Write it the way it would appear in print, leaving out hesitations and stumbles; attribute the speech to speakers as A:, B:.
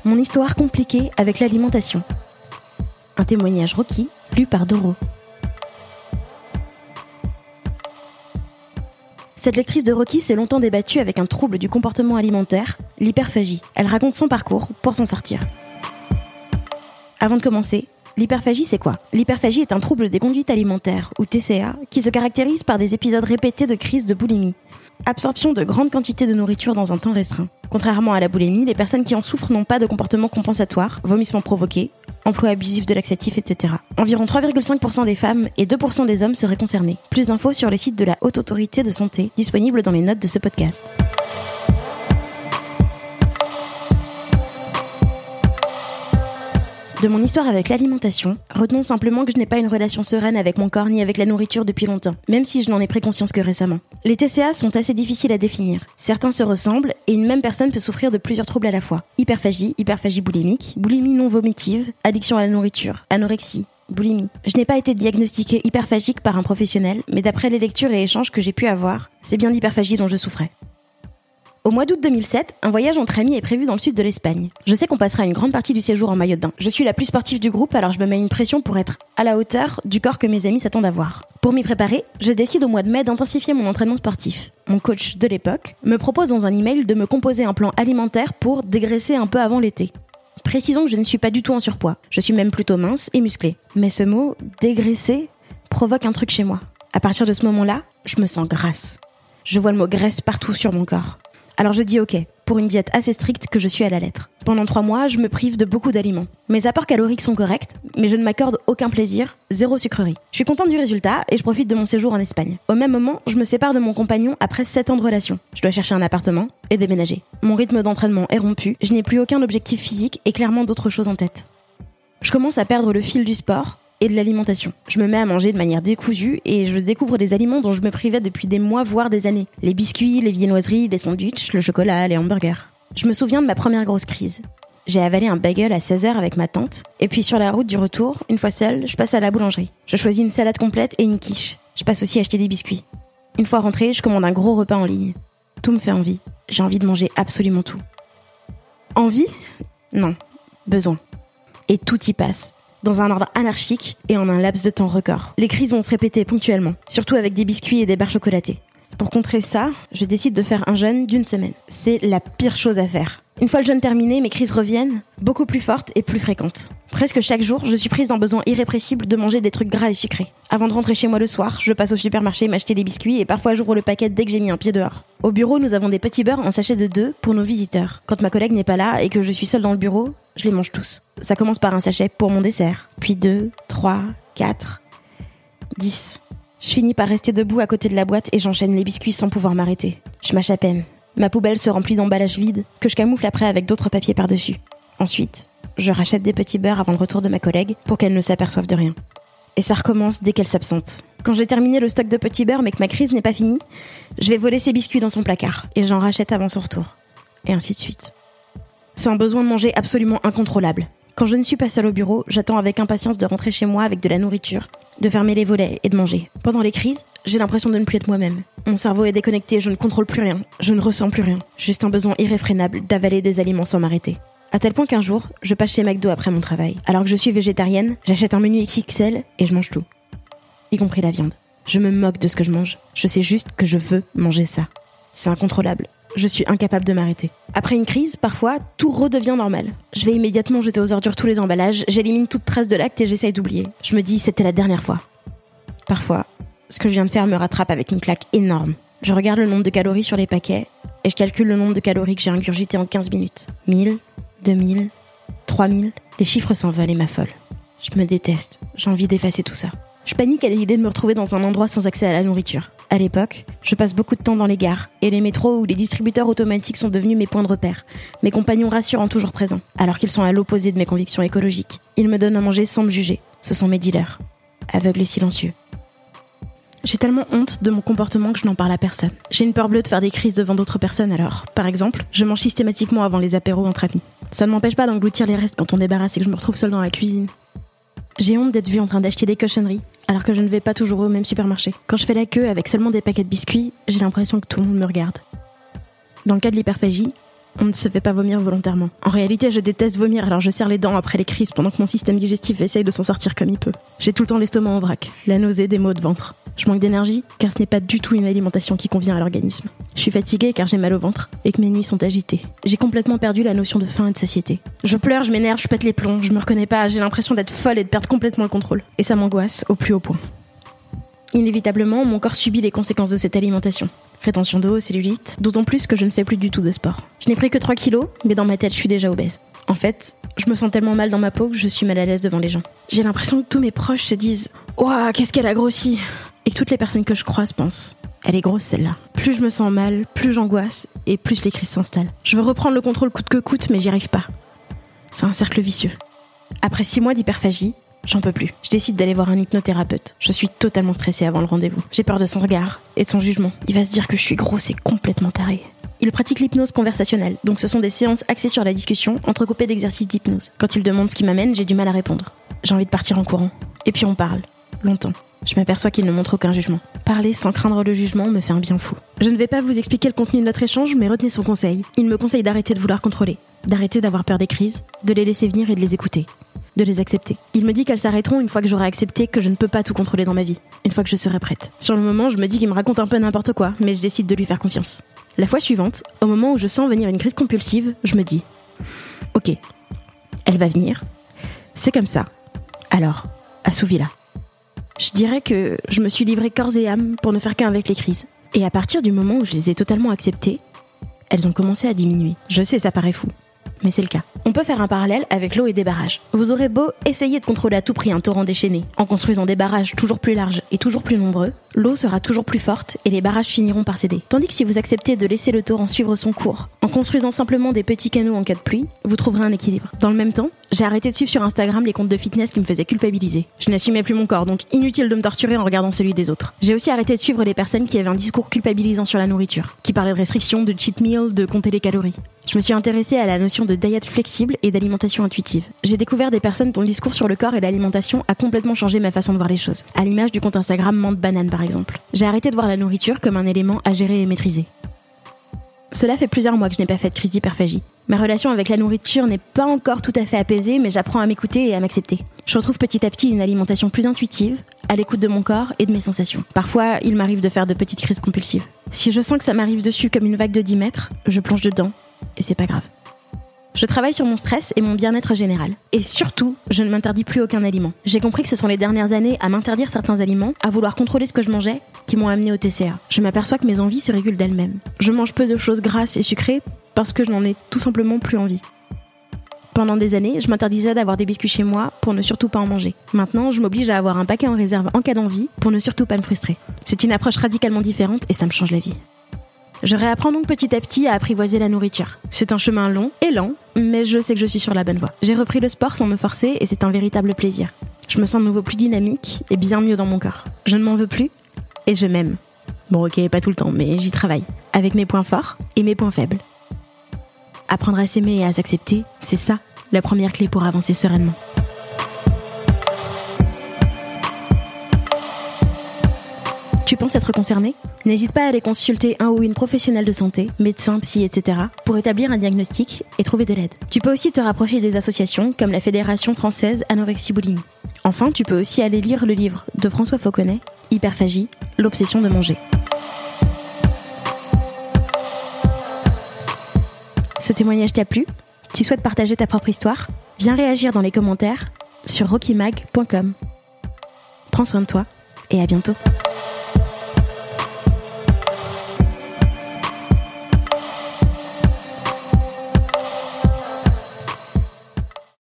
A: Mon histoire compliquée avec l'alimentation. Un témoignage Rocky, lu par Doro. Cette lectrice de Rocky s'est longtemps débattue avec un trouble du comportement alimentaire, l'hyperphagie. Elle raconte son parcours pour s'en sortir. Avant de commencer, l'hyperphagie, c'est quoi ? L'hyperphagie est un trouble des conduites alimentaires, ou TCA, qui se caractérise par des épisodes répétés de crise de boulimie. Absorption de grandes quantités de nourriture dans un temps restreint. Contrairement à la boulimie, les personnes qui en souffrent n'ont pas de comportement compensatoire, vomissements provoqués, emploi abusif de laxatifs, etc. Environ 3,5% des femmes et 2% des hommes seraient concernés. Plus d'infos sur les sites de la Haute Autorité de Santé, disponibles dans les notes de ce podcast. De mon histoire avec l'alimentation, retenons simplement que je n'ai pas une relation sereine avec mon corps ni avec la nourriture depuis longtemps, même si je n'en ai pris conscience que récemment. Les TCA sont assez difficiles à définir. Certains se ressemblent et une même personne peut souffrir de plusieurs troubles à la fois. Hyperphagie, hyperphagie boulimique, boulimie non vomitive, addiction à la nourriture, anorexie, boulimie. Je n'ai pas été diagnostiquée hyperphagique par un professionnel, mais d'après les lectures et échanges que j'ai pu avoir, c'est bien l'hyperphagie dont je souffrais. Au mois d'août 2007, un voyage entre amis est prévu dans le sud de l'Espagne. Je sais qu'on passera une grande partie du séjour en maillot de bain. Je suis la plus sportive du groupe, alors je me mets une pression pour être à la hauteur du corps que mes amis s'attendent à voir. Pour m'y préparer, je décide au mois de mai d'intensifier mon entraînement sportif. Mon coach de l'époque me propose dans un email de me composer un plan alimentaire pour dégraisser un peu avant l'été. Précisons que je ne suis pas du tout en surpoids. Je suis même plutôt mince et musclée. Mais ce mot « dégraisser » provoque un truc chez moi. À partir de ce moment-là, je me sens grasse. Je vois le mot « graisse » partout sur mon corps. Alors je dis ok, pour une diète assez stricte que je suis à la lettre. Pendant 3 mois, je me prive de beaucoup d'aliments. Mes apports caloriques sont corrects, mais je ne m'accorde aucun plaisir, 0 sucrerie. Je suis contente du résultat et je profite de mon séjour en Espagne. Au même moment, je me sépare de mon compagnon après 7 ans de relation. Je dois chercher un appartement et déménager. Mon rythme d'entraînement est rompu, je n'ai plus aucun objectif physique et clairement d'autres choses en tête. Je commence à perdre le fil du sport et de l'alimentation. Je me mets à manger de manière décousue et je découvre des aliments dont je me privais depuis des mois, voire des années. Les biscuits, les viennoiseries, les sandwichs, le chocolat, les hamburgers. Je me souviens de ma première grosse crise. J'ai avalé un bagel à 16h avec ma tante, et puis sur la route du retour, une fois seule, je passe à la boulangerie. Je choisis une salade complète et une quiche. Je passe aussi acheter des biscuits. Une fois rentrée, je commande un gros repas en ligne. Tout me fait envie. J'ai envie de manger absolument tout. Envie ? Non. Besoin. Et tout y passe. Dans un ordre anarchique et en un laps de temps record. Les crises vont se répéter ponctuellement, surtout avec des biscuits et des barres chocolatées. Pour contrer ça, je décide de faire un jeûne d'1 semaine. C'est la pire chose à faire. Une fois le jeûne terminé, mes crises reviennent, beaucoup plus fortes et plus fréquentes. Presque chaque jour, je suis prise d'un besoin irrépressible de manger des trucs gras et sucrés. Avant de rentrer chez moi le soir, je passe au supermarché m'acheter des biscuits et parfois j'ouvre le paquet dès que j'ai mis un pied dehors. Au bureau, nous avons des petits beurres en sachet de 2 pour nos visiteurs. Quand ma collègue n'est pas là et que je suis seule dans le bureau, je les mange tous. Ça commence par un sachet pour mon dessert, puis 2, 3, 4, 10. Je finis par rester debout à côté de la boîte et j'enchaîne les biscuits sans pouvoir m'arrêter. Je mâche à peine. Ma poubelle se remplit d'emballages vides que je camoufle après avec d'autres papiers par-dessus. Ensuite, je rachète des petits beurres avant le retour de ma collègue pour qu'elle ne s'aperçoive de rien. Et ça recommence dès qu'elle s'absente. Quand j'ai terminé le stock de petits beurres mais que ma crise n'est pas finie, je vais voler ses biscuits dans son placard et j'en rachète avant son retour. Et ainsi de suite. C'est un besoin de manger absolument incontrôlable. Quand je ne suis pas seule au bureau, j'attends avec impatience de rentrer chez moi avec de la nourriture, de fermer les volets et de manger. Pendant les crises, j'ai l'impression de ne plus être moi-même. Mon cerveau est déconnecté, je ne contrôle plus rien, je ne ressens plus rien. Juste un besoin irréfrénable d'avaler des aliments sans m'arrêter. À tel point qu'un jour, je passe chez McDo après mon travail. Alors que je suis végétarienne, j'achète un menu XXL et je mange tout. Y compris la viande. Je me moque de ce que je mange. Je sais juste que je veux manger ça. C'est incontrôlable. Je suis incapable de m'arrêter. Après une crise, parfois, tout redevient normal. Je vais immédiatement jeter aux ordures tous les emballages, j'élimine toute trace de l'acte et j'essaye d'oublier. Je me dis, c'était la dernière fois. Parfois, ce que je viens de faire me rattrape avec une claque énorme. Je regarde le nombre de calories sur les paquets et je calcule le nombre de calories que j'ai ingurgité en 15 minutes. 1000, 2000, 3000, les chiffres s'envolent et m'affolent. Je me déteste, j'ai envie d'effacer tout ça. Je panique à l'idée de me retrouver dans un endroit sans accès à la nourriture. À l'époque, je passe beaucoup de temps dans les gares et les métros où les distributeurs automatiques sont devenus mes points de repère. Mes compagnons rassurants toujours présents, alors qu'ils sont à l'opposé de mes convictions écologiques. Ils me donnent à manger sans me juger. Ce sont mes dealers. Aveugles et silencieux. J'ai tellement honte de mon comportement que je n'en parle à personne. J'ai une peur bleue de faire des crises devant d'autres personnes alors. Par exemple, je mange systématiquement avant les apéros entre amis. Ça ne m'empêche pas d'engloutir les restes quand on débarrasse et que je me retrouve seule dans la cuisine. J'ai honte d'être vue en train d'acheter des cochonneries, alors que je ne vais pas toujours au même supermarché. Quand je fais la queue avec seulement des paquets de biscuits, j'ai l'impression que tout le monde me regarde. Dans le cas de l'hyperphagie, On ne se fait pas vomir volontairement. En réalité, je déteste vomir, alors je serre les dents après les crises pendant que mon système digestif essaye de s'en sortir comme il peut. J'ai tout le temps l'estomac en vrac, la nausée, des maux de ventre. Je manque d'énergie, car ce n'est pas du tout une alimentation qui convient à l'organisme. Je suis fatiguée car j'ai mal au ventre et que mes nuits sont agitées. J'ai complètement perdu la notion de faim et de satiété. Je pleure, je m'énerve, je pète les plombs, je me reconnais pas, j'ai l'impression d'être folle et de perdre complètement le contrôle. Et ça m'angoisse au plus haut point. Inévitablement, mon corps subit les conséquences de cette alimentation. Rétention d'eau, cellulite, d'autant plus que je ne fais plus du tout de sport. Je n'ai pris que 3 kilos, mais dans ma tête, je suis déjà obèse. En fait, je me sens tellement mal dans ma peau que je suis mal à l'aise devant les gens. J'ai l'impression que tous mes proches se disent « Ouah, qu'est-ce qu'elle a grossi !» et que toutes les personnes que je croise pensent « Elle est grosse celle-là ». Plus je me sens mal, plus j'angoisse et plus les crises s'installent. Je veux reprendre le contrôle coûte que coûte, mais j'y arrive pas. C'est un cercle vicieux. Après 6 mois d'hyperphagie, j'en peux plus. Je décide d'aller voir un hypnothérapeute. Je suis totalement stressée avant le rendez-vous. J'ai peur de son regard et de son jugement. Il va se dire que je suis grosse et complètement tarée. Il pratique l'hypnose conversationnelle, donc ce sont des séances axées sur la discussion, entrecoupées d'exercices d'hypnose. Quand il demande ce qui m'amène, j'ai du mal à répondre. J'ai envie de partir en courant. Et puis on parle. Longtemps. Je m'aperçois qu'il ne montre aucun jugement. Parler sans craindre le jugement me fait un bien fou. Je ne vais pas vous expliquer le contenu de notre échange, mais retenez son conseil. Il me conseille d'arrêter de vouloir contrôler, d'arrêter d'avoir peur des crises, de les laisser venir et de les écouter, de les accepter. Il me dit qu'elles s'arrêteront une fois que j'aurai accepté que je ne peux pas tout contrôler dans ma vie, une fois que je serai prête. Sur le moment, je me dis qu'il me raconte un peu n'importe quoi, mais je décide de lui faire confiance. La fois suivante, au moment où je sens venir une crise compulsive, je me dis « Ok, elle va venir, c'est comme ça, alors, assouvis-la ». Je dirais que je me suis livrée corps et âme pour ne faire qu'un avec les crises. Et à partir du moment où je les ai totalement acceptées, elles ont commencé à diminuer. Je sais, ça paraît fou, mais c'est le cas. On peut faire un parallèle avec l'eau et des barrages. Vous aurez beau essayer de contrôler à tout prix un torrent déchaîné, en construisant des barrages toujours plus larges et toujours plus nombreux, l'eau sera toujours plus forte et les barrages finiront par céder. Tandis que si vous acceptez de laisser le torrent suivre son cours, en construisant simplement des petits canaux en cas de pluie, vous trouverez un équilibre. Dans le même temps, j'ai arrêté de suivre sur Instagram les comptes de fitness qui me faisaient culpabiliser. Je n'assumais plus mon corps, donc inutile de me torturer en regardant celui des autres. J'ai aussi arrêté de suivre les personnes qui avaient un discours culpabilisant sur la nourriture, qui parlaient de restrictions, de cheat meal, de compter les calories. Je me suis intéressée à la notion de diète flexible et d'alimentation intuitive. J'ai découvert des personnes dont le discours sur le corps et l'alimentation a complètement changé ma façon de voir les choses, à l'image du compte Instagram Menthe Banane par exemple. J'ai arrêté de voir la nourriture comme un élément à gérer et maîtriser. Cela fait plusieurs mois que je n'ai pas fait de crise d'hyperphagie. Ma relation avec la nourriture n'est pas encore tout à fait apaisée, mais j'apprends à m'écouter et à m'accepter. Je retrouve petit à petit une alimentation plus intuitive, à l'écoute de mon corps et de mes sensations. Parfois, il m'arrive de faire de petites crises compulsives. Si je sens que ça m'arrive dessus comme une vague de 10 mètres, je plonge dedans, et c'est pas grave. Je travaille sur mon stress et mon bien-être général. Et surtout, je ne m'interdis plus aucun aliment. J'ai compris que ce sont les dernières années à m'interdire certains aliments, à vouloir contrôler ce que je mangeais, qui m'ont amené au TCA. Je m'aperçois que mes envies se régulent d'elles-mêmes. Je mange peu de choses grasses et sucrées parce que je n'en ai tout simplement plus envie. Pendant des années, je m'interdisais d'avoir des biscuits chez moi pour ne surtout pas en manger. Maintenant, je m'oblige à avoir un paquet en réserve en cas d'envie pour ne surtout pas me frustrer. C'est une approche radicalement différente et ça me change la vie. Je réapprends donc petit à petit à apprivoiser la nourriture. C'est un chemin long et lent, mais je sais que je suis sur la bonne voie. J'ai repris le sport sans me forcer et c'est un véritable plaisir. Je me sens de nouveau plus dynamique et bien mieux dans mon corps. Je ne m'en veux plus et je m'aime. Bon ok, pas tout le temps, mais j'y travaille. Avec mes points forts et mes points faibles. Apprendre à s'aimer et à s'accepter, c'est ça, la première clé pour avancer sereinement. Tu penses être concerné ? N'hésite pas à aller consulter un ou une professionnelle de santé, médecin, psy, etc. pour établir un diagnostic et trouver de l'aide. Tu peux aussi te rapprocher des associations comme la Fédération française Anorexie Boulimie. Enfin, tu peux aussi aller lire le livre de François Fauconnet, Hyperphagie, l'obsession de manger. Ce témoignage t'a plu ? Tu souhaites partager ta propre histoire ? Viens réagir dans les commentaires sur rockymag.com. Prends soin de toi et à bientôt.